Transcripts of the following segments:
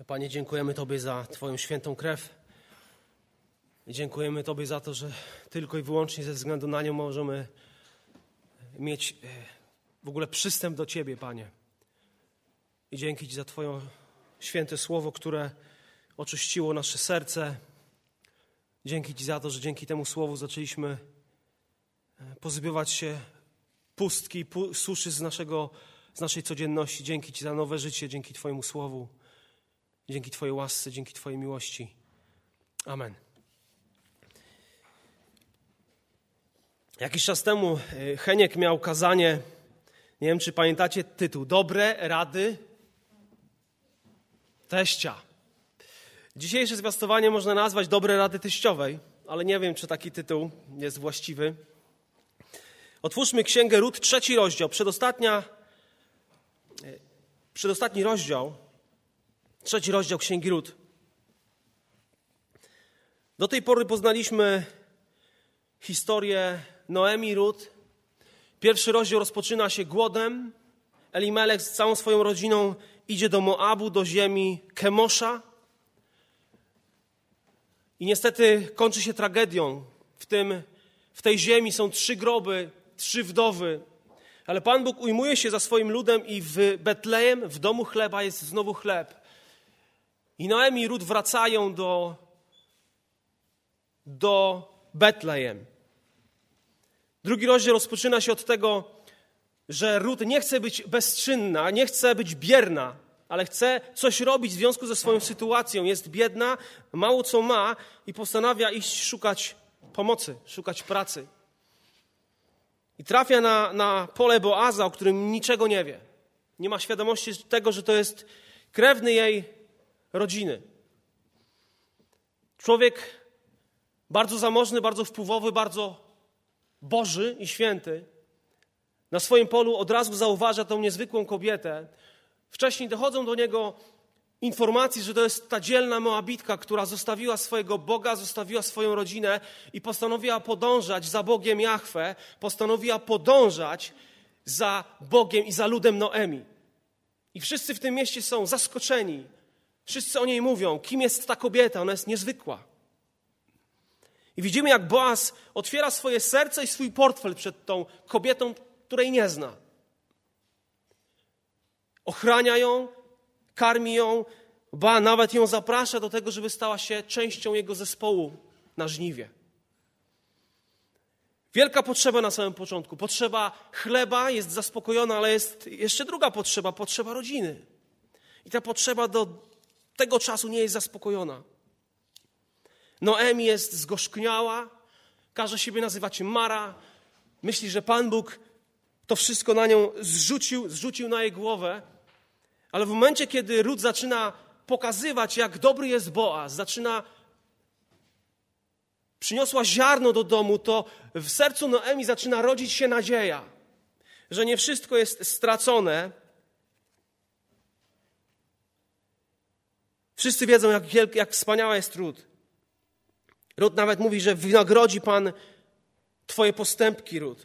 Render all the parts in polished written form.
Panie, dziękujemy Tobie za Twoją świętą krew. I dziękujemy Tobie za to, że tylko i wyłącznie ze względu na nią możemy mieć w ogóle przystęp do Ciebie, Panie. I dzięki Ci za Twoje święte słowo, które oczyściło nasze serce. Dzięki Ci za to, że dzięki temu słowu zaczęliśmy pozbywać się pustki, suszy z naszej codzienności. Dzięki Ci za nowe życie, dzięki Twojemu słowu, dzięki Twojej łasce, dzięki Twojej miłości. Amen. Jakiś czas temu Heniek miał kazanie, nie wiem, czy pamiętacie tytuł, Dobre rady teścia. Dzisiejsze zwiastowanie można nazwać Dobre rady teściowej, ale nie wiem, czy taki tytuł jest właściwy. Otwórzmy Księgę Rut, 3 rozdział, przedostatni rozdział, 3 rozdział Księgi Rut. Do tej pory poznaliśmy historię Noemi i Rut. 1 rozdział rozpoczyna się głodem. Elimelech z całą swoją rodziną idzie do Moabu, do ziemi Kemosza. I niestety kończy się tragedią. W tej ziemi są 3 groby, 3 wdowy. Ale Pan Bóg ujmuje się za swoim ludem i w Betlejem, w domu chleba jest znowu chleb. I Noemi i Rut wracają do Betlejem. 2 rozdział rozpoczyna się od tego, że Rut nie chce być bezczynna, nie chce być bierna, ale chce coś robić w związku ze swoją sytuacją. Jest biedna, mało co ma i postanawia iść szukać pomocy, szukać pracy. I trafia na pole Boaza, o którym niczego nie wie. Nie ma świadomości tego, że to jest krewny jej rodziny. Człowiek bardzo zamożny, bardzo wpływowy, bardzo Boży i święty. Na swoim polu od razu zauważa tą niezwykłą kobietę. Wcześniej dochodzą do niego informacje, że to jest ta dzielna Moabitka, która zostawiła swojego Boga, zostawiła swoją rodzinę i postanowiła podążać za Bogiem Jahwe, postanowiła podążać za Bogiem i za ludem Noemi. I wszyscy w tym mieście są zaskoczeni. Wszyscy o niej mówią, kim jest ta kobieta, ona jest niezwykła. I widzimy, jak Boaz otwiera swoje serce i swój portfel przed tą kobietą, której nie zna. Ochrania ją, karmi ją, ba, nawet ją zaprasza do tego, żeby stała się częścią jego zespołu na żniwie. Wielka potrzeba na samym początku. Potrzeba chleba jest zaspokojona, ale jest jeszcze druga potrzeba, potrzeba rodziny. I ta potrzeba do tego czasu nie jest zaspokojona. Noemi jest zgorzkniała, każe siebie nazywać Mara, myśli, że Pan Bóg to wszystko na nią zrzucił na jej głowę, ale w momencie, kiedy Rut zaczyna pokazywać, jak dobry jest Boaz, przyniosła ziarno do domu, to w sercu Noemi zaczyna rodzić się nadzieja, że nie wszystko jest stracone. Wszyscy wiedzą, jak wspaniała jest Rut. Rut nawet mówi, że wynagrodzi Pan Twoje postępki, Rut.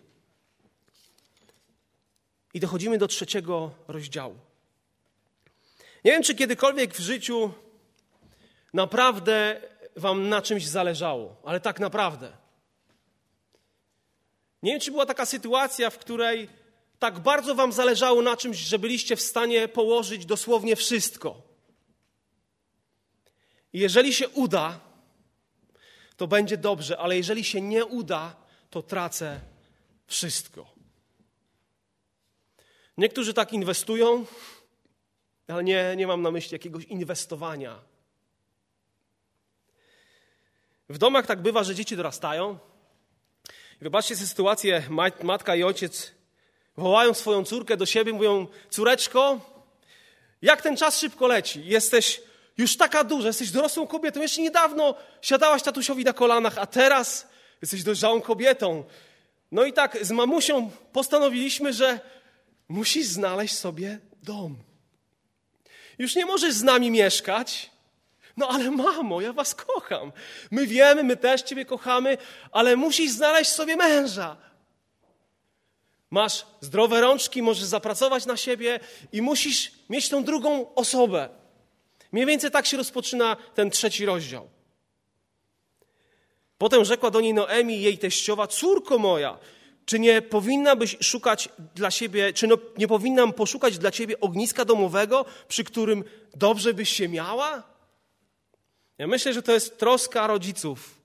I dochodzimy do 3 rozdziału. Nie wiem, czy kiedykolwiek w życiu naprawdę wam na czymś zależało, ale tak naprawdę. Nie wiem, czy była taka sytuacja, w której tak bardzo wam zależało na czymś, że byliście w stanie położyć dosłownie wszystko. I jeżeli się uda, to będzie dobrze, ale jeżeli się nie uda, to tracę wszystko. Niektórzy tak inwestują, ale nie mam na myśli jakiegoś inwestowania. W domach tak bywa, że dzieci dorastają. I wybaczcie sobie sytuację, matka i ojciec wołają swoją córkę do siebie, mówią: córeczko, jak ten czas szybko leci, jesteś już taka duża, jesteś dorosłą kobietą. Jeszcze niedawno siadałaś tatusiowi na kolanach, a teraz jesteś dojrzałą kobietą. No i tak z mamusią postanowiliśmy, że musisz znaleźć sobie dom. Już nie możesz z nami mieszkać. No ale mamo, ja was kocham. My wiemy, my też ciebie kochamy, ale musisz znaleźć sobie męża. Masz zdrowe rączki, możesz zapracować na siebie i musisz mieć tą drugą osobę. Mniej więcej tak się rozpoczyna ten 3 rozdział. Potem rzekła do niej Noemi, jej teściowa: córko moja, czy nie powinnabyś szukać dla siebie, nie powinnam poszukać dla ciebie ogniska domowego, przy którym dobrze byś się miała? Ja myślę, że to jest troska rodziców.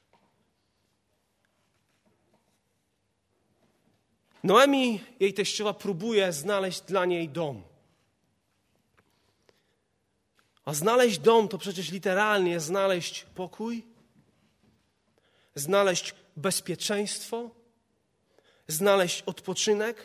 Noemi, jej teściowa, próbuje znaleźć dla niej dom. A znaleźć dom to przecież literalnie znaleźć pokój, znaleźć bezpieczeństwo, znaleźć odpoczynek.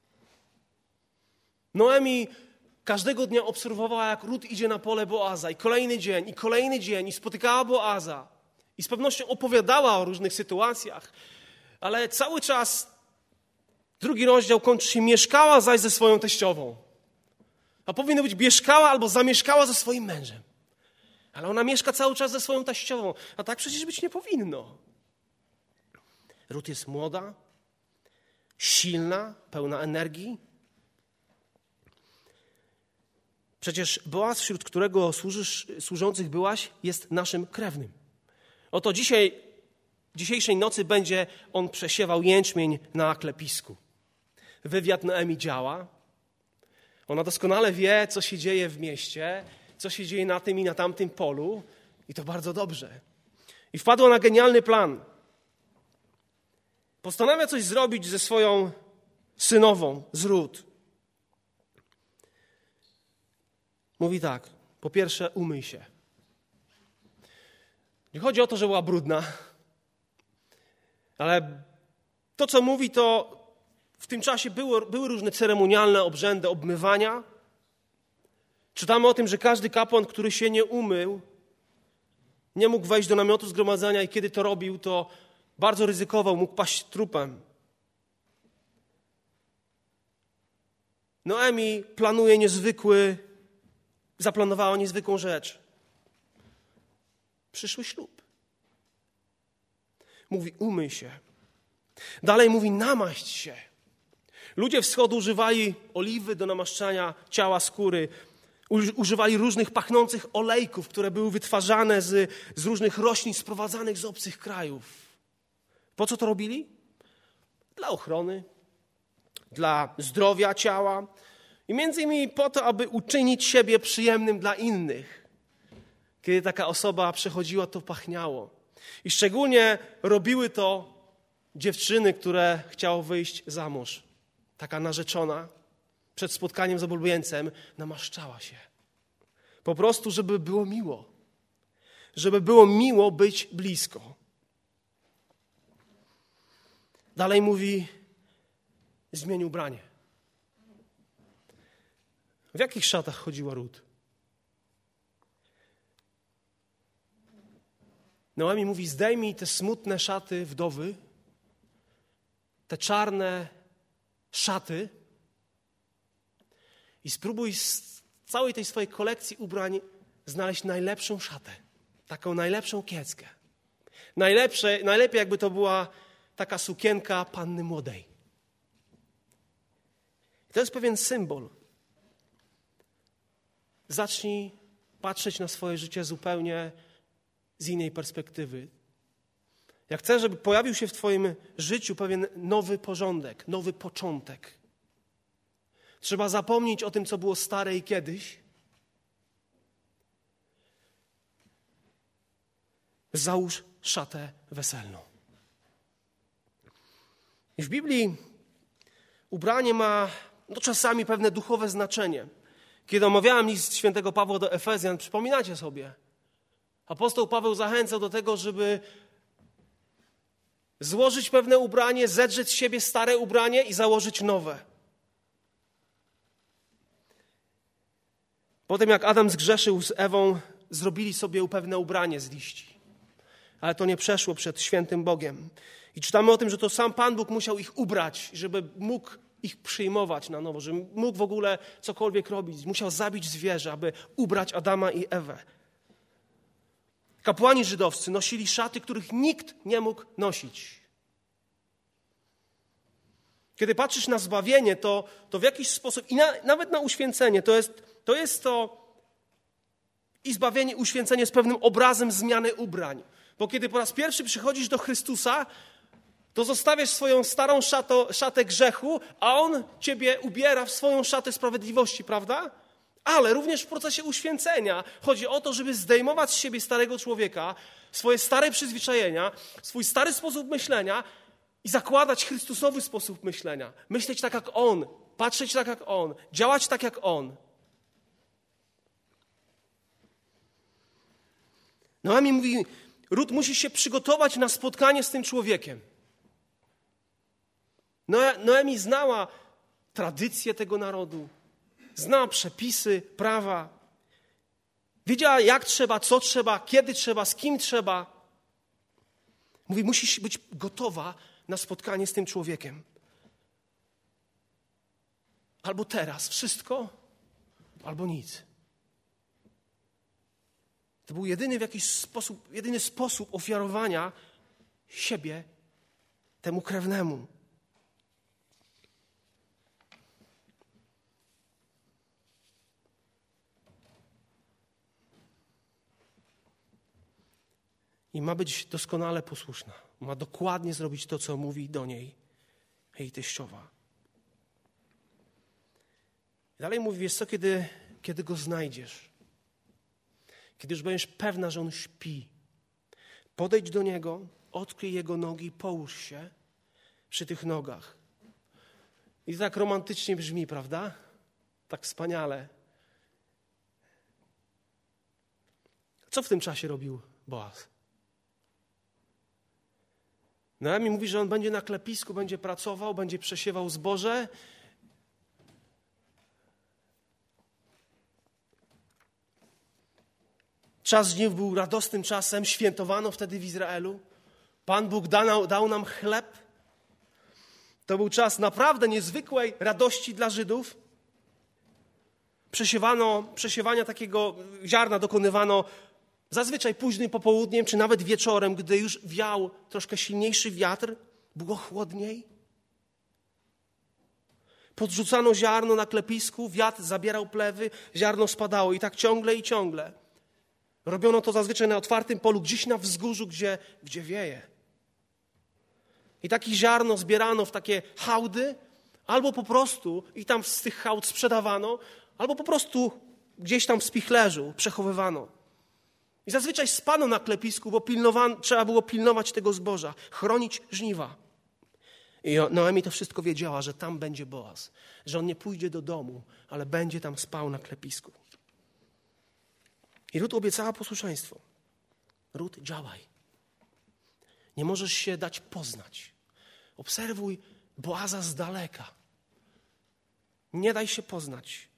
Noemi każdego dnia obserwowała, jak Rut idzie na pole Boaza i kolejny dzień i spotykała Boaza i z pewnością opowiadała o różnych sytuacjach, ale cały czas 2 rozdział kończy się: mieszkała zaś ze swoją teściową. A powinno być mieszkała albo zamieszkała ze swoim mężem. Ale ona mieszka cały czas ze swoją teściową, a tak przecież być nie powinno. Rut jest młoda, silna, pełna energii. Przecież Boaz, wśród którego służących byłaś, jest naszym krewnym. Oto dzisiejszej nocy będzie on przesiewał jęczmień na klepisku. Wywiad Noemi działa. Ona doskonale wie, co się dzieje w mieście, co się dzieje na tym i na tamtym polu. I to bardzo dobrze. I wpadła na genialny plan. Postanawia coś zrobić ze swoją synową, z Rut. Mówi tak: po pierwsze, umyj się. Nie chodzi o to, że była brudna, ale to, co mówi, to w tym czasie były różne ceremonialne obrzędy obmywania. Czytamy o tym, że każdy kapłan, który się nie umył, nie mógł wejść do namiotu zgromadzenia i kiedy to robił, to bardzo ryzykował, mógł paść trupem. Noemi zaplanowała niezwykłą rzecz. Przyszły ślub. Mówi: umyj się. Dalej mówi: namaść się. Ludzie wschodu używali oliwy do namaszczania ciała, skóry. Używali różnych pachnących olejków, które były wytwarzane z różnych roślin sprowadzanych z obcych krajów. Po co to robili? Dla ochrony, dla zdrowia ciała i między innymi po to, aby uczynić siebie przyjemnym dla innych. Kiedy taka osoba przechodziła, to pachniało. I szczególnie robiły to dziewczyny, które chciały wyjść za mąż. Taka narzeczona przed spotkaniem z oblubieńcem namaszczała się. Po prostu, żeby było miło. Żeby było miło być blisko. Dalej mówi: zmień ubranie. W jakich szatach chodziła Rut? Noemi mówi: zdejmij te smutne szaty wdowy, te czarne szaty i spróbuj z całej tej swojej kolekcji ubrań znaleźć najlepszą szatę, taką najlepszą kieckę. Najlepiej jakby to była taka sukienka panny młodej. I to jest pewien symbol. Zacznij patrzeć na swoje życie zupełnie z innej perspektywy. Jak chcesz, żeby pojawił się w twoim życiu pewien nowy porządek, nowy początek, trzeba zapomnieć o tym, co było stare i kiedyś. Załóż szatę weselną. I w Biblii ubranie ma czasami pewne duchowe znaczenie. Kiedy omawiałem list świętego Pawła do Efezjan, przypominacie sobie, apostoł Paweł zachęcał do tego, żeby złożyć pewne ubranie, zedrzeć z siebie stare ubranie i założyć nowe. Potem jak Adam zgrzeszył z Ewą, zrobili sobie pewne ubranie z liści. Ale to nie przeszło przed świętym Bogiem. I czytamy o tym, że to sam Pan Bóg musiał ich ubrać, żeby mógł ich przyjmować na nowo, żeby mógł w ogóle cokolwiek robić. Musiał zabić zwierzę, aby ubrać Adama i Ewę. Kapłani żydowscy nosili szaty, których nikt nie mógł nosić. Kiedy patrzysz na zbawienie, to w jakiś sposób, i nawet na uświęcenie, to jest to I zbawienie, uświęcenie jest pewnym obrazem zmiany ubrań. Bo kiedy po raz pierwszy przychodzisz do Chrystusa, to zostawiasz swoją starą szatę grzechu, a On ciebie ubiera w swoją szatę sprawiedliwości, prawda? Ale również w procesie uświęcenia chodzi o to, żeby zdejmować z siebie starego człowieka, swoje stare przyzwyczajenia, swój stary sposób myślenia i zakładać Chrystusowy sposób myślenia. Myśleć tak jak On, patrzeć tak jak On, działać tak jak On. Noemi mówi, Rut, musisz się przygotować na spotkanie z tym człowiekiem. Noemi znała tradycję tego narodu, znała przepisy, prawa. Wiedziała, jak trzeba, co trzeba, kiedy trzeba, z kim trzeba. Mówi, musisz być gotowa na spotkanie z tym człowiekiem. Albo teraz wszystko, albo nic. To był jedyny sposób ofiarowania siebie temu krewnemu. I ma być doskonale posłuszna. Ma dokładnie zrobić to, co mówi do niej jej teściowa. I dalej mówi, wiesz co, kiedy go znajdziesz, kiedy już będziesz pewna, że on śpi, podejdź do niego, odkryj jego nogi i połóż się przy tych nogach. I to tak romantycznie brzmi, prawda? Tak wspaniale. Co w tym czasie robił Boaz? Noemi mówi, że on będzie na klepisku, będzie pracował, będzie przesiewał zboże. Czas żniw był radosnym czasem, świętowano wtedy w Izraelu. Pan Bóg dał nam chleb. To był czas naprawdę niezwykłej radości dla Żydów. Przesiewania takiego ziarna dokonywano zazwyczaj późnym popołudniem, czy nawet wieczorem, gdy już wiał troszkę silniejszy wiatr, było chłodniej. Podrzucano ziarno na klepisku, wiatr zabierał plewy, ziarno spadało i tak ciągle i ciągle. Robiono to zazwyczaj na otwartym polu, gdzieś na wzgórzu, gdzie wieje. I takie ziarno zbierano w takie hałdy, albo po prostu i tam z tych hałd sprzedawano, albo po prostu gdzieś tam w spichlerzu przechowywano. I zazwyczaj spano na klepisku, bo trzeba było pilnować tego zboża, chronić żniwa. I Noemi to wszystko wiedziała, że tam będzie Boaz, że on nie pójdzie do domu, ale będzie tam spał na klepisku. I Rut obiecała posłuszeństwo. Rut, działaj. Nie możesz się dać poznać. Obserwuj Boaza z daleka. Nie daj się poznać.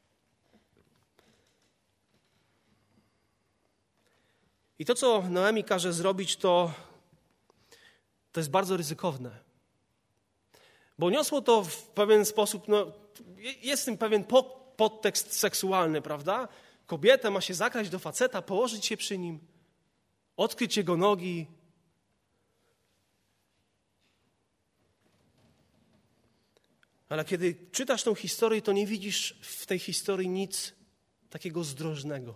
I to, co Noemi każe zrobić, to jest bardzo ryzykowne. Bo niosło to w pewien sposób, jest w tym pewien podtekst seksualny, prawda? Kobieta ma się zakraść do faceta, położyć się przy nim, odkryć jego nogi. Ale kiedy czytasz tą historię, to nie widzisz w tej historii nic takiego zdrożnego.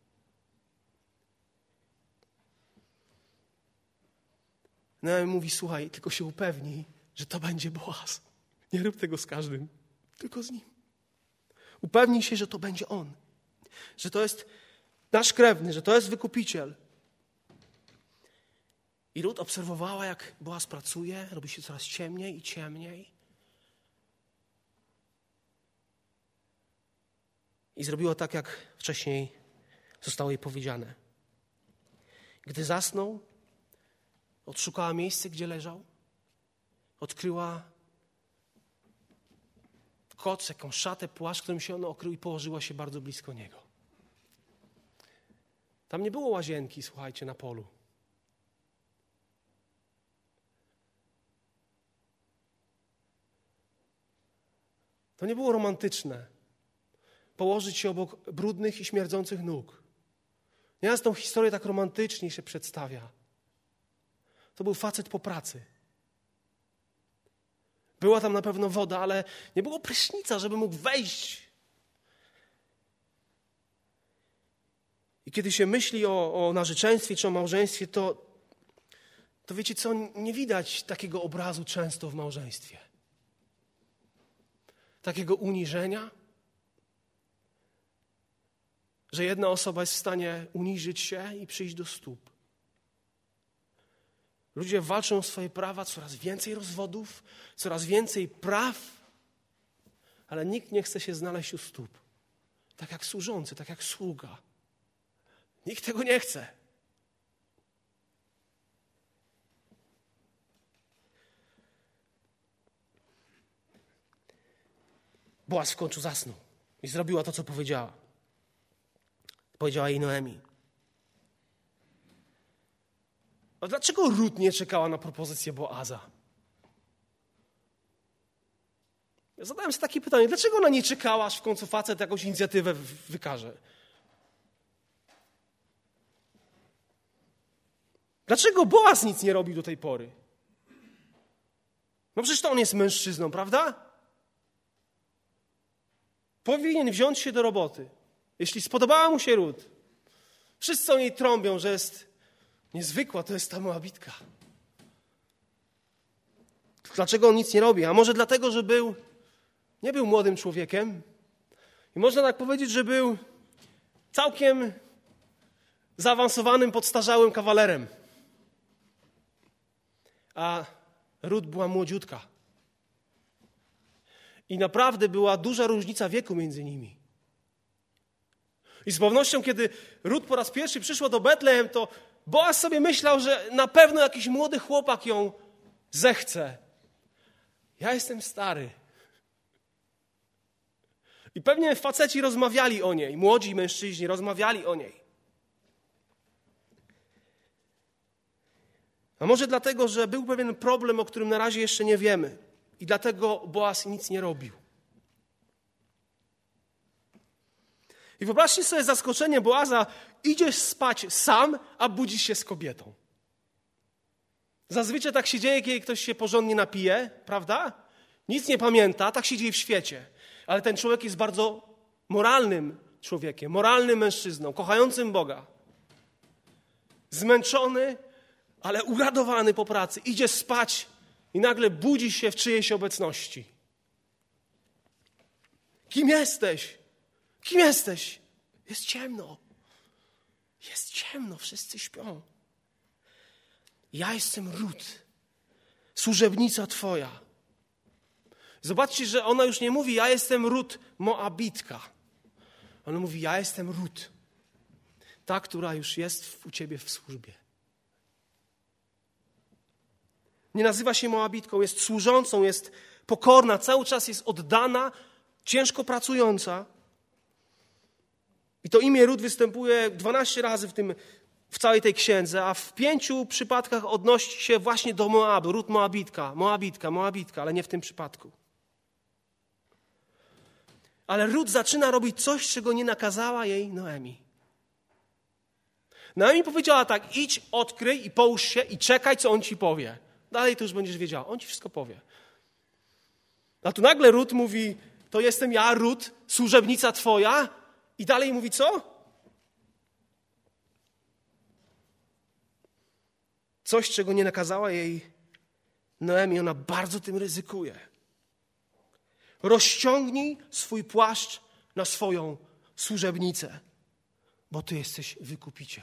Noemi mówi, słuchaj, tylko się upewnij, że to będzie Boaz. Nie rób tego z każdym, tylko z nim. Upewnij się, że to będzie on. Że to jest nasz krewny, że to jest wykupiciel. I Rut obserwowała, jak Boaz pracuje, robi się coraz ciemniej i ciemniej. I zrobiła tak, jak wcześniej zostało jej powiedziane. Gdy zasnął, odszukała miejsce, gdzie leżał, odkryła koc, jakąś szatę, płaszcz, którym się on okrył i położyła się bardzo blisko niego. Tam nie było łazienki, słuchajcie, na polu. To nie było romantyczne. Położyć się obok brudnych i śmierdzących nóg. Nieraz tą historię tak romantycznie się przedstawia. To był facet po pracy. Była tam na pewno woda, ale nie było prysznica, żeby mógł wejść. I kiedy się myśli o narzeczeństwie czy o małżeństwie, to wiecie co, nie widać takiego obrazu często w małżeństwie. Takiego uniżenia, że jedna osoba jest w stanie uniżyć się i przyjść do stóp. Ludzie walczą o swoje prawa, coraz więcej rozwodów, coraz więcej praw, ale nikt nie chce się znaleźć u stóp. Tak jak służący, tak jak sługa. Nikt tego nie chce. Boaz w końcu zasnął i zrobiła to, co powiedziała. Powiedziała jej Noemi. A dlaczego Rut nie czekała na propozycję Boaza? Ja zadałem sobie takie pytanie, dlaczego ona nie czekała, aż w końcu facet jakąś inicjatywę wykaże? Dlaczego Boaz nic nie robił do tej pory? No przecież to on jest mężczyzną, prawda? Powinien wziąć się do roboty. Jeśli spodobała mu się Rut, wszyscy o niej trąbią, że jest niezwykła, to jest ta Moabitka. Dlaczego on nic nie robi? A może dlatego, że nie był młodym człowiekiem i można tak powiedzieć, że był całkiem zaawansowanym, podstarzałym kawalerem. A Rut była młodziutka. I naprawdę była duża różnica wieku między nimi. I z pewnością, kiedy Rut po raz pierwszy przyszła do Betlejem, to Boaz sobie myślał, że na pewno jakiś młody chłopak ją zechce. Ja jestem stary. I pewnie faceci rozmawiali o niej, młodzi mężczyźni rozmawiali o niej. A może dlatego, że był pewien problem, o którym na razie jeszcze nie wiemy. I dlatego Boaz nic nie robił. I wyobraźcie sobie zaskoczenie Boaza. Idziesz spać sam, a budzisz się z kobietą. Zazwyczaj tak się dzieje, kiedy ktoś się porządnie napije, prawda? Nic nie pamięta, tak się dzieje w świecie. Ale ten człowiek jest bardzo moralnym człowiekiem, moralnym mężczyzną, kochającym Boga. Zmęczony, ale uradowany po pracy. Idzie spać i nagle budzi się w czyjejś obecności. Kim jesteś? Kim jesteś? Jest ciemno. Jest ciemno, wszyscy śpią. Ja jestem Rut, służebnica twoja. Zobaczcie, że ona już nie mówi, ja jestem Rut Moabitka. Ona mówi, ja jestem Rut, ta, która już jest u ciebie w służbie. Nie nazywa się Moabitką, jest służącą, jest pokorna, cały czas jest oddana, ciężko pracująca. I to imię Rut występuje 12 razy w całej tej księdze, a w 5 przypadkach odnosi się właśnie do Moabu. Rut Moabitka, Moabitka, Moabitka, ale nie w tym przypadku. Ale Rut zaczyna robić coś, czego nie nakazała jej Noemi. Noemi powiedziała tak, idź, odkryj i połóż się i czekaj, co on ci powie. Dalej to już będziesz wiedziała, on ci wszystko powie. A tu nagle Rut mówi, to jestem ja, Rut, służebnica twoja. I dalej mówi co? Coś, czego nie nakazała jej Noemi, ona bardzo tym ryzykuje. Rozciągnij swój płaszcz na swoją służebnicę, bo ty jesteś wykupiciel.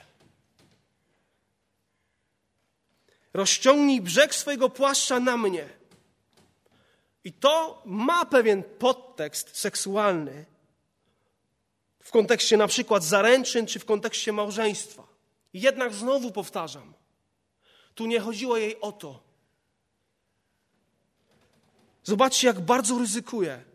Rozciągnij brzeg swojego płaszcza na mnie. I to ma pewien podtekst seksualny w kontekście na przykład zaręczyn czy w kontekście małżeństwa. Jednak znowu powtarzam, tu nie chodziło jej o to. Zobaczcie, jak bardzo ryzykuje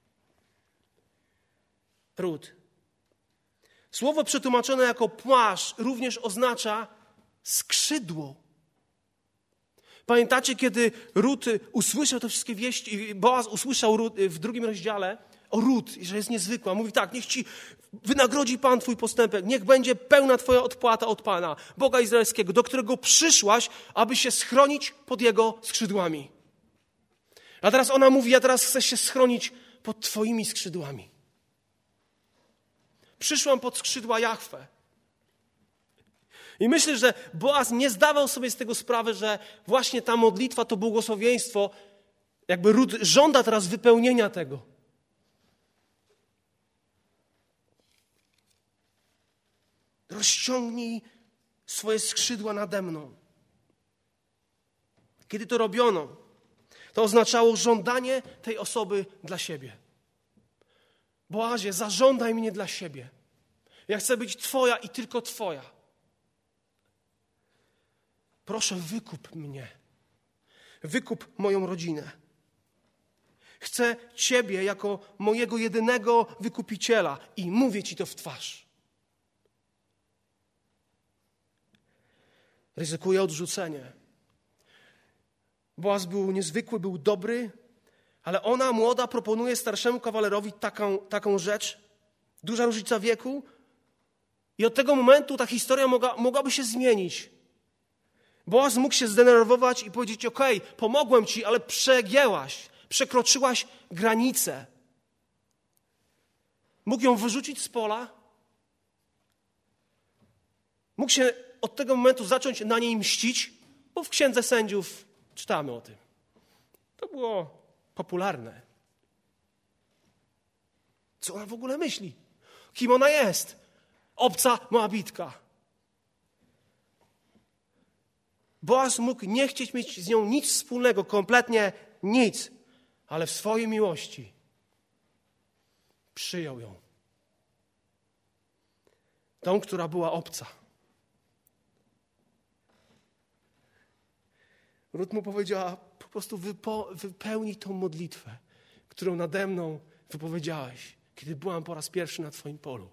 Rut. Słowo przetłumaczone jako płaszcz również oznacza skrzydło. Pamiętacie, kiedy Rut usłyszał te wszystkie wieści, Boaz usłyszał w 2 rozdziale o Rut, że jest niezwykła. Mówi tak, niech ci wynagrodzi Pan twój postępek, niech będzie pełna twoja odpłata od Pana, Boga Izraelskiego, do którego przyszłaś, aby się schronić pod Jego skrzydłami. A teraz ona mówi, ja teraz chcę się schronić pod twoimi skrzydłami. Przyszłam pod skrzydła Jahwe. I myślę, że Boaz nie zdawał sobie z tego sprawy, że właśnie ta modlitwa, to błogosławieństwo, jakby Rut żąda teraz wypełnienia tego. Rozciągnij swoje skrzydła nade mną. Kiedy to robiono, to oznaczało żądanie tej osoby dla siebie. Boazie, zażądaj mnie dla siebie. Ja chcę być Twoja i tylko Twoja. Proszę, wykup mnie. Wykup moją rodzinę. Chcę Ciebie jako mojego jedynego wykupiciela i mówię Ci to w twarz. Ryzykuje odrzucenie. Boaz był niezwykły, był dobry, ale ona, młoda, proponuje starszemu kawalerowi taką rzecz. Duża różnica wieku. I od tego momentu ta historia mogłaby się zmienić. Boaz mógł się zdenerwować i powiedzieć: okej, pomogłem ci, ale przegięłaś, przekroczyłaś granicę. Mógł ją wyrzucić z pola. Mógł się od tego momentu zacząć na niej mścić, bo w Księdze Sędziów czytamy o tym. To było popularne. Co ona w ogóle myśli? Kim ona jest? Obca Moabitka. Boaz mógł nie chcieć mieć z nią nic wspólnego, kompletnie nic, ale w swojej miłości przyjął ją. Tą, która była obca. Rut mu powiedziała: po prostu wypełnij tą modlitwę, którą nade mną wypowiedziałeś, kiedy byłam po raz pierwszy na Twoim polu.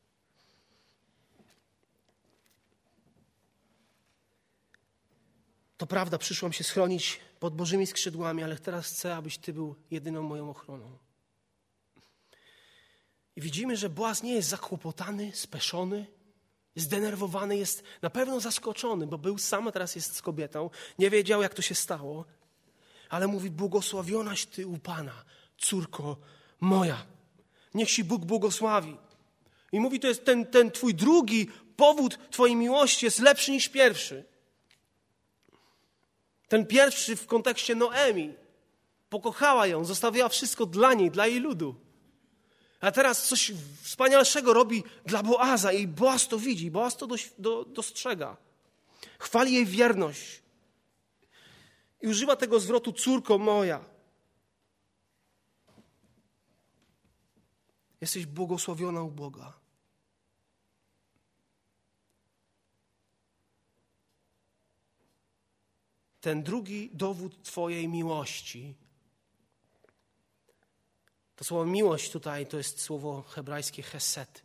To prawda, przyszłam się schronić pod Bożymi skrzydłami, ale teraz chcę, abyś Ty był jedyną moją ochroną. I widzimy, że Boaz nie jest zakłopotany, speszony, zdenerwowany, jest na pewno zaskoczony, bo był sam, a teraz jest z kobietą. Nie wiedział, jak to się stało, ale mówi: błogosławionaś Ty u Pana, córko moja. Niech Ci Bóg błogosławi. I mówi, to jest ten Twój drugi powód Twojej miłości jest lepszy niż pierwszy. Ten pierwszy w kontekście Noemi. Pokochała ją, zostawiła wszystko dla niej, dla jej ludu. A teraz coś wspanialszego robi dla Boaza i Boaz to widzi, Boaz to dostrzega. Chwali jej wierność. I używa tego zwrotu: córko moja. Jesteś błogosławiona u Boga. Ten drugi dowód Twojej miłości. To słowo miłość tutaj to jest słowo hebrajskie chesed.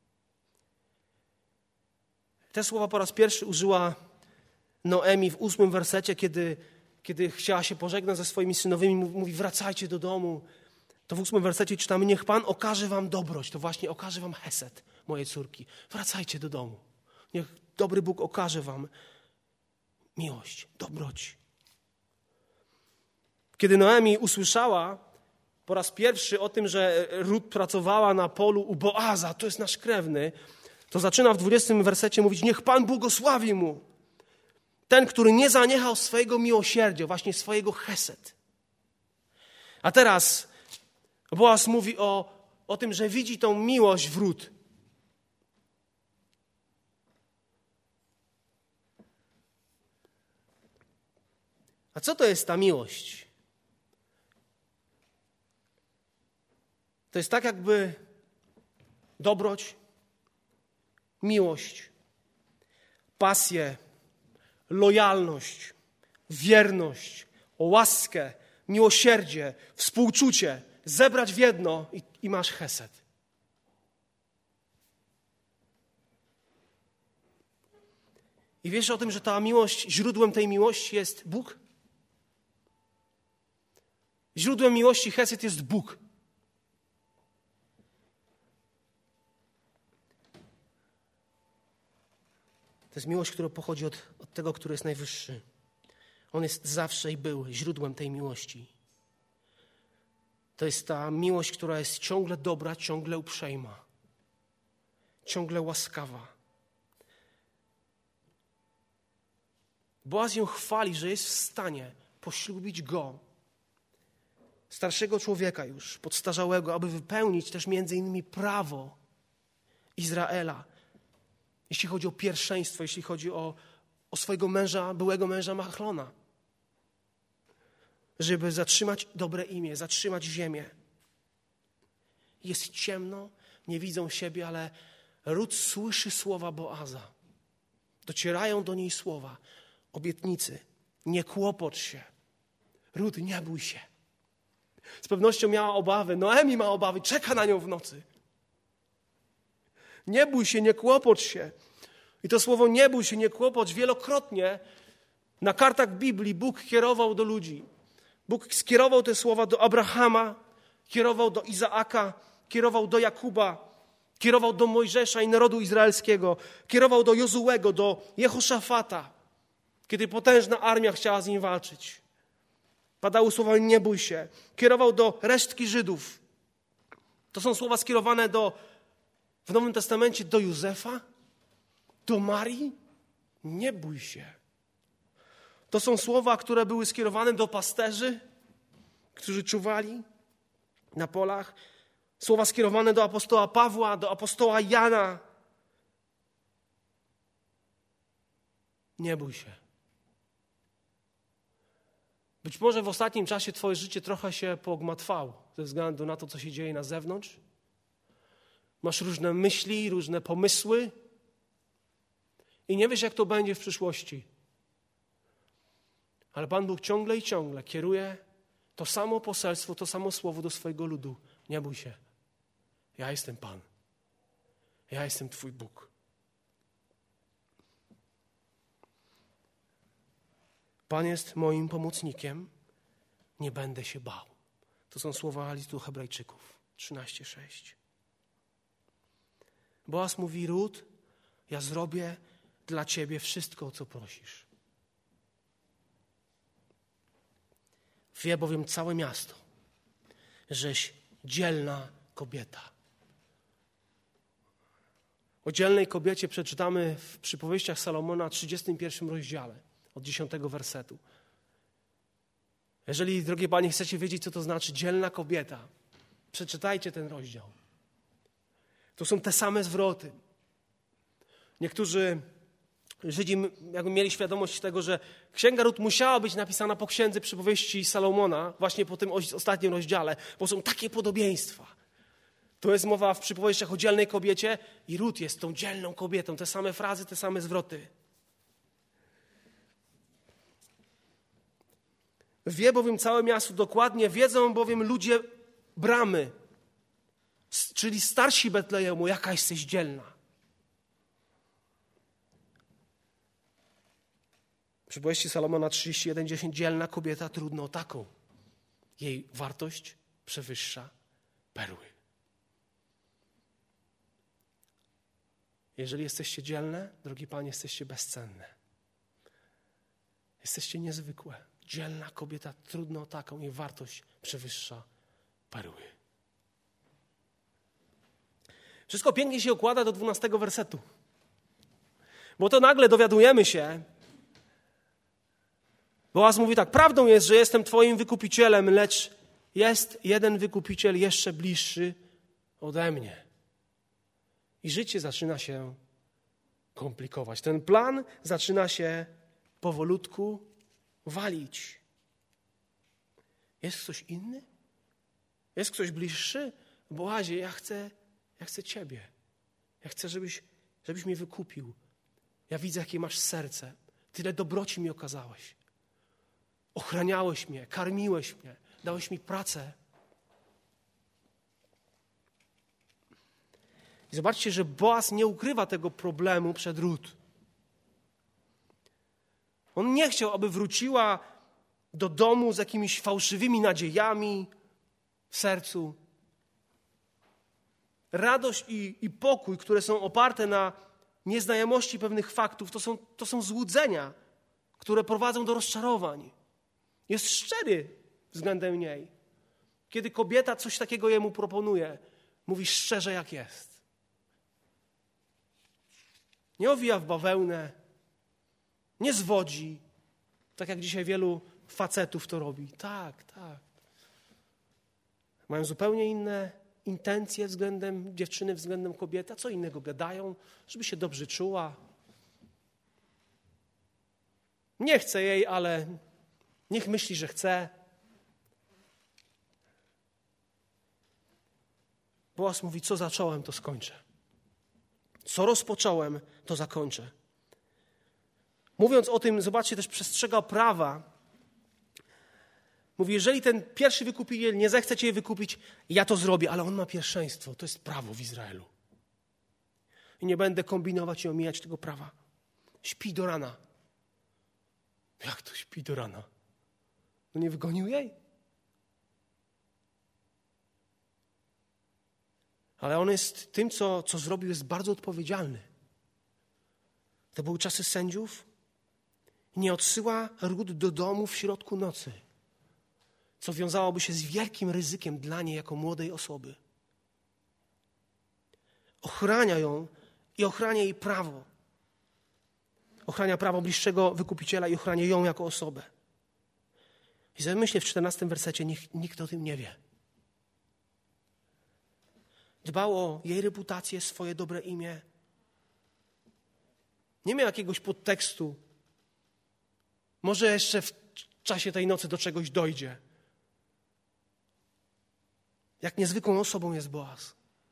Te słowa po raz pierwszy użyła Noemi w 8 wersecie, kiedy chciała się pożegnać ze swoimi synowymi. Mówi: wracajcie do domu. To w 8 wersecie czytamy: niech Pan okaże wam dobroć. To właśnie okaże wam chesed, moje córki. Wracajcie do domu. Niech dobry Bóg okaże wam miłość, dobroć. Kiedy Noemi usłyszała po raz pierwszy o tym, że Rut pracowała na polu u Boaza, to jest nasz krewny, to zaczyna w 20 wersecie mówić: niech Pan błogosławi mu. Ten, który nie zaniechał swojego miłosierdzia, właśnie swojego chesed. A teraz Boaz mówi o tym, że widzi tą miłość w Rut. A co to jest ta miłość? To jest tak jakby dobroć, miłość, pasję, lojalność, wierność, łaskę, miłosierdzie, współczucie zebrać w jedno i masz chesed. I wiesz o tym, że ta miłość, źródłem tej miłości jest Bóg? Źródłem miłości chesed jest Bóg. To jest miłość, która pochodzi od tego, który jest najwyższy. On jest zawsze i był źródłem tej miłości. To jest ta miłość, która jest ciągle dobra, ciągle uprzejma, ciągle łaskawa. Boaz ją chwali, że jest w stanie poślubić go, starszego człowieka już, podstarzałego, aby wypełnić też między innymi prawo Izraela, jeśli chodzi o pierwszeństwo, jeśli chodzi o swojego męża, byłego męża Machlona, żeby zatrzymać dobre imię, zatrzymać ziemię. Jest ciemno, nie widzą siebie, ale Rut słyszy słowa Boaza. Docierają do niej słowa obietnicy. Nie kłopocz się. Rut, nie bój się. Z pewnością miała obawy. Noemi ma obawy, czeka na nią w nocy. Nie bój się, nie kłopocz się. I to słowo nie bój się, nie kłopocz wielokrotnie na kartach Biblii Bóg kierował do ludzi. Bóg skierował te słowa do Abrahama, kierował do Izaaka, kierował do Jakuba, kierował do Mojżesza i narodu izraelskiego, kierował do Jozułego, do Jehoszafata, kiedy potężna armia chciała z nim walczyć. Padały słowa nie bój się. Kierował do resztki Żydów. To są słowa skierowane w Nowym Testamencie do Józefa, do Marii. Nie bój się. To są słowa, które były skierowane do pasterzy, którzy czuwali na polach. Słowa skierowane do apostoła Pawła, do apostoła Jana. Nie bój się. Być może w ostatnim czasie twoje życie trochę się pogmatwało ze względu na to, co się dzieje na zewnątrz. Masz różne myśli, różne pomysły i nie wiesz, jak to będzie w przyszłości. Ale Pan Bóg ciągle i ciągle kieruje to samo poselstwo, to samo słowo do swojego ludu. Nie bój się. Ja jestem Pan. Ja jestem Twój Bóg. Pan jest moim pomocnikiem. Nie będę się bał. To są słowa listu Hebrajczyków 13:6. Boaz mówi: Rut, ja zrobię dla Ciebie wszystko, o co prosisz. Wie bowiem całe miasto, żeś dzielna kobieta. O dzielnej kobiecie przeczytamy w Przypowieściach Salomona 31 rozdziale, od 10 wersetu. Jeżeli, drogie panie, chcecie wiedzieć, co to znaczy dzielna kobieta, przeczytajcie ten rozdział. To są te same zwroty. Niektórzy Żydzi jakby mieli świadomość tego, że Księga Rut musiała być napisana po Księdze Przypowieści Salomona, właśnie po tym ostatnim rozdziale, bo są takie podobieństwa. To jest mowa w Przypowieściach o dzielnej kobiecie i Rut jest tą dzielną kobietą. Te same frazy, te same zwroty. Wie bowiem całe miasto dokładnie, wiedzą bowiem ludzie bramy, czyli starsi Betlejemu, jaka jesteś dzielna. Przypowieści Salomona 31:10. Dzielna kobieta, trudno o taką. Jej wartość przewyższa perły. Jeżeli jesteście dzielne, drogi panie, jesteście bezcenne. Jesteście niezwykłe. Dzielna kobieta, trudno o taką. Jej wartość przewyższa perły. Wszystko pięknie się układa do 12 wersetu. Bo to nagle dowiadujemy się, Boaz mówi tak: prawdą jest, że jestem Twoim wykupicielem, lecz jest jeden wykupiciel jeszcze bliższy ode mnie. I życie zaczyna się komplikować. Ten plan zaczyna się powolutku walić. Jest ktoś inny? Jest ktoś bliższy? Boazie, ja chcę Ciebie. Ja chcę, żebyś mnie wykupił. Ja widzę, jakie masz serce. Tyle dobroci mi okazałeś. Ochraniałeś mnie, karmiłeś mnie, dałeś mi pracę. I zobaczcie, że Boaz nie ukrywa tego problemu przed Rut. On nie chciał, aby wróciła do domu z jakimiś fałszywymi nadziejami w sercu. Radość i pokój, które są oparte na nieznajomości pewnych faktów, to są złudzenia, które prowadzą do rozczarowań. Jest szczery względem niej. Kiedy kobieta coś takiego jemu proponuje, mówi szczerze, jak jest. Nie owija w bawełnę, nie zwodzi, Tak jak dzisiaj wielu facetów to robi. Tak. Mają zupełnie inne intencje względem dziewczyny, względem kobiety. A co innego gadają, żeby się dobrze czuła. Nie chce jej, ale niech myśli, że chce. Boaz mówi, co zacząłem, to skończę. Co rozpocząłem, to zakończę. Mówiąc o tym, zobaczcie, też przestrzegał prawa. Mówi, jeżeli ten pierwszy wykupiciel nie zechce cię wykupić, ja to zrobię, ale on ma pierwszeństwo. To jest prawo w Izraelu. I nie będę kombinować i omijać tego prawa. Śpi do rana. Jak to śpi do rana? No nie wygonił jej? Ale on jest tym, co zrobił, jest bardzo odpowiedzialny. To były czasy sędziów. Nie odsyła Rut do domu w środku nocy, co wiązałoby się z wielkim ryzykiem dla niej jako młodej osoby. Ochrania ją i ochrania jej prawo. Ochrania prawo bliższego wykupiciela i ochrania ją jako osobę. I sobie myślę w 14 wersecie, nikt o tym nie wie. Dbał o jej reputację, swoje dobre imię. Nie miał jakiegoś podtekstu. Może jeszcze w czasie tej nocy do czegoś dojdzie. Jak niezwykłą osobą jest Boaz.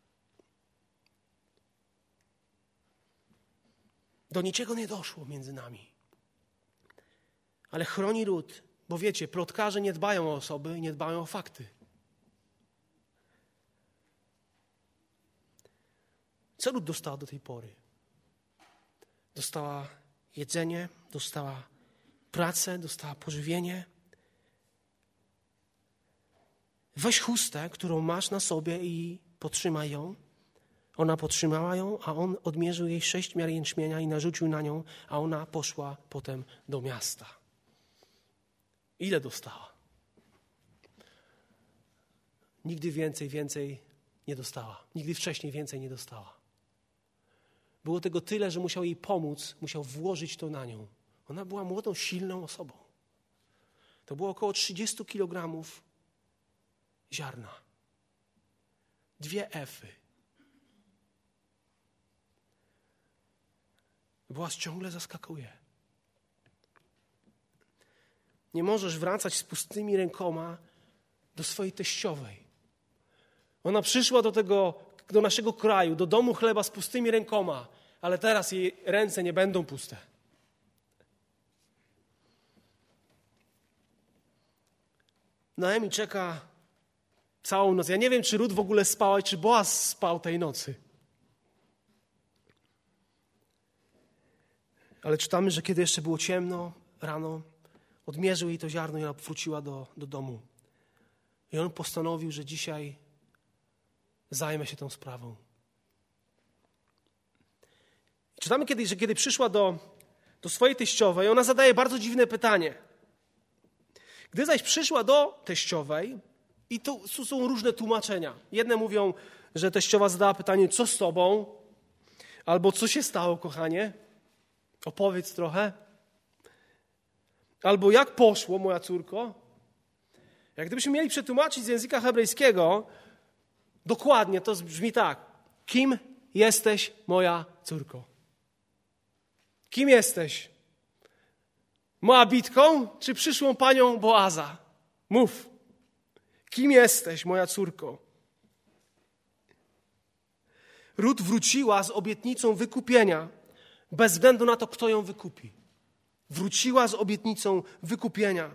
Do niczego nie doszło między nami. Ale chroni Rut, bo wiecie, plotkarze nie dbają o osoby, nie dbają o fakty. Co Rut dostała do tej pory? Dostała jedzenie, dostała pracę, dostała pożywienie. Weź chustę, którą masz na sobie i potrzymaj ją. Ona potrzymała ją, a on odmierzył jej 6 miar jęczmienia i narzucił na nią, a ona poszła potem do miasta. Ile dostała? Nigdy więcej nie dostała. Nigdy wcześniej więcej nie dostała. Było tego tyle, że musiał jej pomóc, musiał włożyć to na nią. Ona była młodą, silną osobą. To było około 30 kilogramów ziarna. 2 efy. Boaz ciągle zaskakuje. Nie możesz wracać z pustymi rękoma do swojej teściowej. Ona przyszła do naszego kraju, do domu chleba z pustymi rękoma, ale teraz jej ręce nie będą puste. Naomi czeka całą noc. Ja nie wiem, czy Rut w ogóle spała, czy Boaz spał tej nocy. Ale czytamy, że kiedy jeszcze było ciemno, rano, odmierzył jej to ziarno i ona wróciła do domu. I on postanowił, że dzisiaj zajmę się tą sprawą. Czytamy, że kiedy przyszła do swojej teściowej, ona zadaje bardzo dziwne pytanie. Gdy zaś przyszła do teściowej, i tu są różne tłumaczenia. Jedne mówią, że teściowa zadała pytanie, co z tobą? Albo co się stało, kochanie? Opowiedz trochę. Albo jak poszło, moja córko? Jak gdybyśmy mieli przetłumaczyć z języka hebrajskiego, dokładnie to brzmi tak. Kim jesteś, moja córko? Kim jesteś? Moabitką czy przyszłą panią Boaza? Mów. Kim jesteś, moja córko? Rut wróciła z obietnicą wykupienia, bez względu na to, kto ją wykupi. Wróciła z obietnicą wykupienia.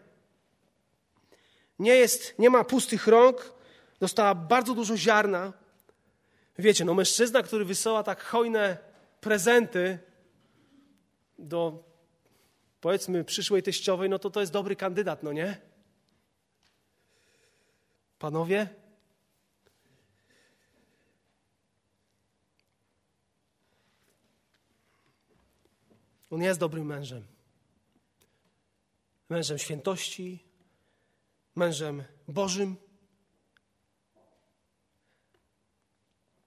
Nie ma pustych rąk, dostała bardzo dużo ziarna. Wiecie, mężczyzna, który wysyła tak hojne prezenty do, powiedzmy, przyszłej teściowej, to jest dobry kandydat, no nie? Panowie? On jest dobrym mężem. Mężem świętości, mężem Bożym.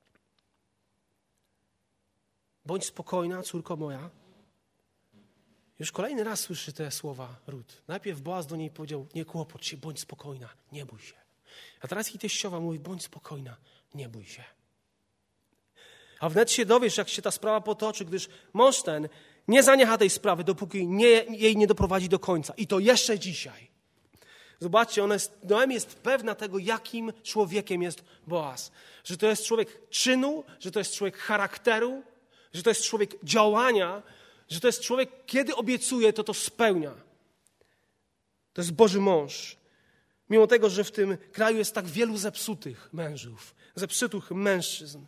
Bądź spokojna, córko moja. Już kolejny raz słyszy te słowa Rut. Najpierw Boaz do niej powiedział, nie kłopocz się, bądź spokojna, nie bój się. A teraz jej teściowa mówi, bądź spokojna, nie bój się. A wnet się dowiesz, jak się ta sprawa potoczy, gdyż mąż ten nie zaniecha tej sprawy, dopóki jej nie doprowadzi do końca. I to jeszcze dzisiaj. Zobaczcie, Noemi jest pewna tego, jakim człowiekiem jest Boaz. Że to jest człowiek czynu, że to jest człowiek charakteru, że to jest człowiek działania, że to jest człowiek, kiedy obiecuje, to spełnia. To jest Boży mąż. Mimo tego, że w tym kraju jest tak wielu zepsutych mężów, zepsutych mężczyzn.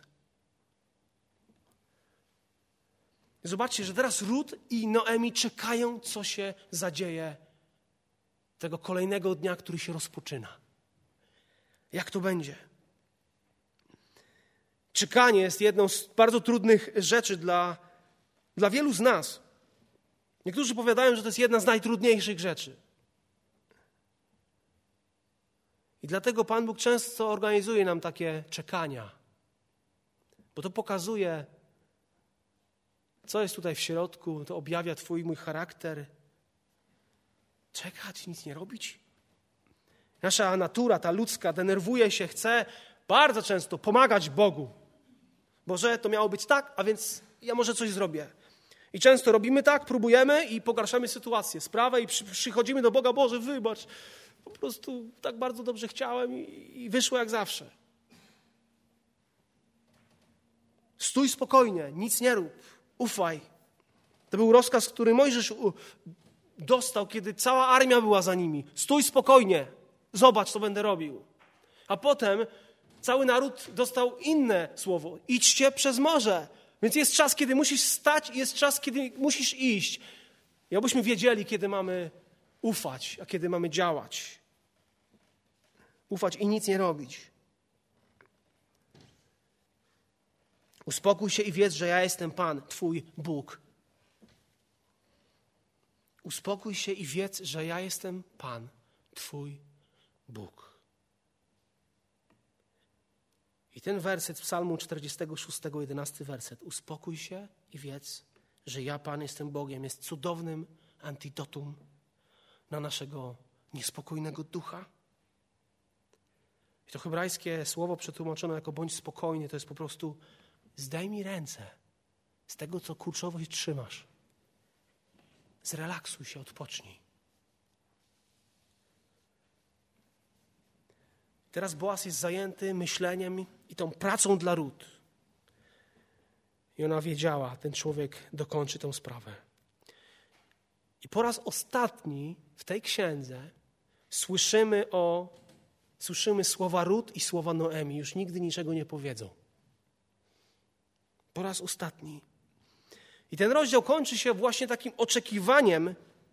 Zobaczcie, że teraz Rut i Noemi czekają, co się zadzieje tego kolejnego dnia, który się rozpoczyna. Jak to będzie? Czekanie jest jedną z bardzo trudnych rzeczy dla wielu z nas. Niektórzy powiadają, że to jest jedna z najtrudniejszych rzeczy. I dlatego Pan Bóg często organizuje nam takie czekania. Bo to pokazuje, co jest tutaj w środku, to objawia Twój, mój charakter. Czekać, nic nie robić. Nasza natura, ta ludzka, denerwuje się, chce bardzo często pomagać Bogu. Boże, to miało być tak, a więc ja może coś zrobię. I często robimy tak, próbujemy i pogarszamy sytuację, sprawę i przychodzimy do Boga, Boże, wybacz, po prostu tak bardzo dobrze chciałem i wyszło jak zawsze. Stój spokojnie, nic nie rób, ufaj. To był rozkaz, który Mojżesz dostał, kiedy cała armia była za nimi. Stój spokojnie, zobacz, co będę robił. A potem cały naród dostał inne słowo. Idźcie przez morze. Więc jest czas, kiedy musisz stać i jest czas, kiedy musisz iść. I abyśmy wiedzieli, kiedy mamy ufać, a kiedy mamy działać. Ufać i nic nie robić. Uspokój się i wiedz, że ja jestem Pan, Twój Bóg. Uspokój się i wiedz, że ja jestem Pan, Twój Bóg. I ten werset Psalmu 46, 11 werset. Uspokój się i wiedz, że ja, Pan, jestem Bogiem. Jest cudownym antidotum na naszego niespokojnego ducha. I to hebrajskie słowo przetłumaczone jako bądź spokojny, to jest po prostu zdejmij ręce z tego, co kurczowo się trzymasz. Zrelaksuj się, odpocznij. Teraz Boaz jest zajęty myśleniem i tą pracą dla Rut. I ona wiedziała, ten człowiek dokończy tę sprawę. I po raz ostatni w tej księdze słyszymy słowa Rut i słowa Noemi. Już nigdy niczego nie powiedzą. Po raz ostatni. I ten rozdział kończy się właśnie takim oczekiwaniem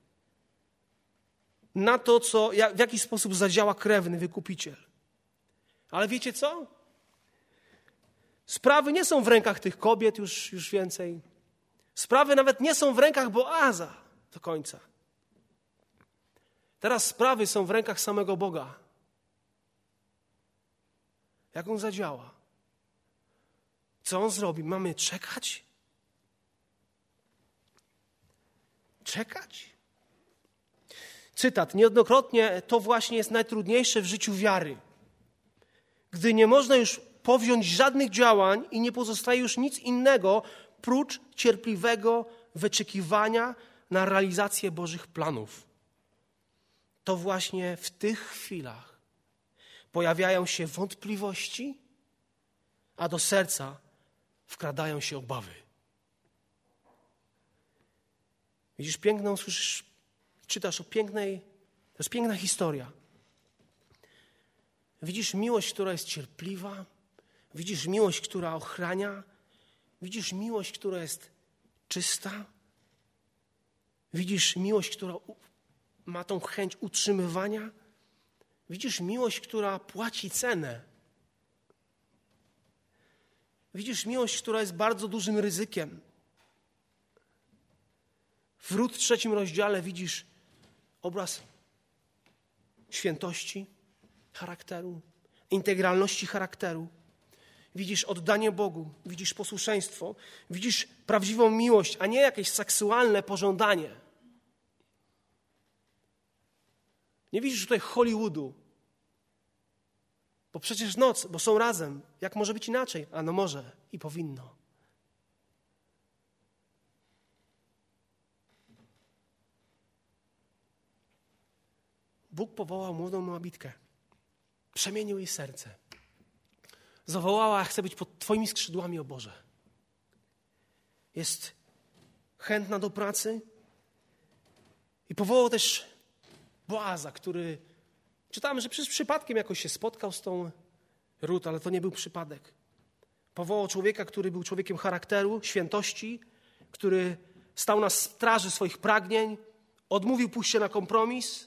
na to, w jaki sposób zadziała krewny wykupiciel. Ale wiecie co? Sprawy nie są w rękach tych kobiet już więcej. Sprawy nawet nie są w rękach Boaza do końca. Teraz sprawy są w rękach samego Boga. Jak On zadziała? Co On zrobi? Mamy czekać? Czekać? Cytat. Niejednokrotnie to właśnie jest najtrudniejsze w życiu wiary. Gdy nie można już powziąć żadnych działań i nie pozostaje już nic innego prócz cierpliwego wyczekiwania na realizację Bożych planów. To właśnie w tych chwilach pojawiają się wątpliwości, a do serca wkradają się obawy. Widzisz piękną, słyszysz, czytasz o pięknej, to jest piękna historia. Widzisz miłość, która jest cierpliwa, widzisz miłość, która ochrania, widzisz miłość, która jest czysta, widzisz miłość, która ma tą chęć utrzymywania, widzisz miłość, która płaci cenę. Widzisz miłość, która jest bardzo dużym ryzykiem. W Rut 3 rozdziale widzisz obraz świętości charakteru, integralności charakteru. Widzisz oddanie Bogu, widzisz posłuszeństwo, widzisz prawdziwą miłość, a nie jakieś seksualne pożądanie. Nie widzisz tutaj Hollywoodu. Bo przecież noc, bo są razem. Jak może być inaczej? A no może i powinno. Bóg powołał młodą Moabitkę. Przemienił jej serce. Zawołała, chcę być pod Twoimi skrzydłami, o Boże. Jest chętna do pracy. I powołał też Boaza, który... Czytamy, że przez przypadkiem jakoś się spotkał z tą Rut, ale to nie był przypadek. Powołał człowieka, który był człowiekiem charakteru, świętości, który stał na straży swoich pragnień, odmówił pójścia na kompromis.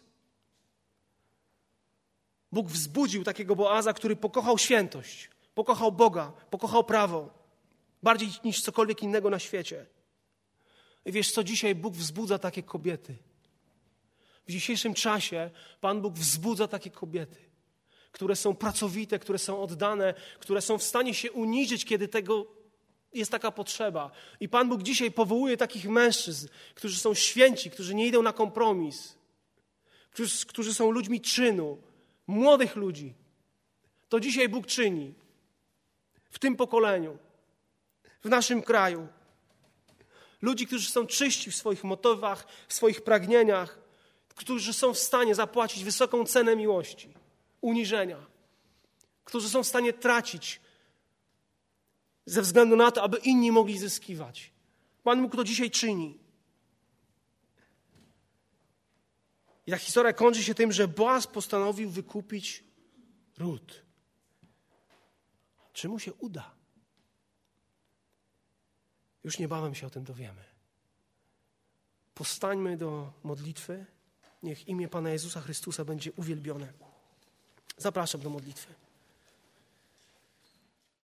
Bóg wzbudził takiego Boaza, który pokochał świętość, pokochał Boga, pokochał prawo, bardziej niż cokolwiek innego na świecie. I wiesz co, dzisiaj Bóg wzbudza takie kobiety. W dzisiejszym czasie Pan Bóg wzbudza takie kobiety, które są pracowite, które są oddane, które są w stanie się uniżyć, kiedy tego jest taka potrzeba. I Pan Bóg dzisiaj powołuje takich mężczyzn, którzy są święci, którzy nie idą na kompromis, którzy są ludźmi czynu, młodych ludzi. To dzisiaj Bóg czyni w tym pokoleniu, w naszym kraju. Ludzi, którzy są czyści w swoich motywach, w swoich pragnieniach, którzy są w stanie zapłacić wysoką cenę miłości, uniżenia, którzy są w stanie tracić ze względu na to, aby inni mogli zyskiwać. Pan Bóg to dzisiaj czyni. I ta historia kończy się tym, że Boaz postanowił wykupić Rut. Czy mu się uda? Już niebawem się o tym dowiemy. Powstańmy do modlitwy. Niech imię Pana Jezusa Chrystusa będzie uwielbione. Zapraszam do modlitwy.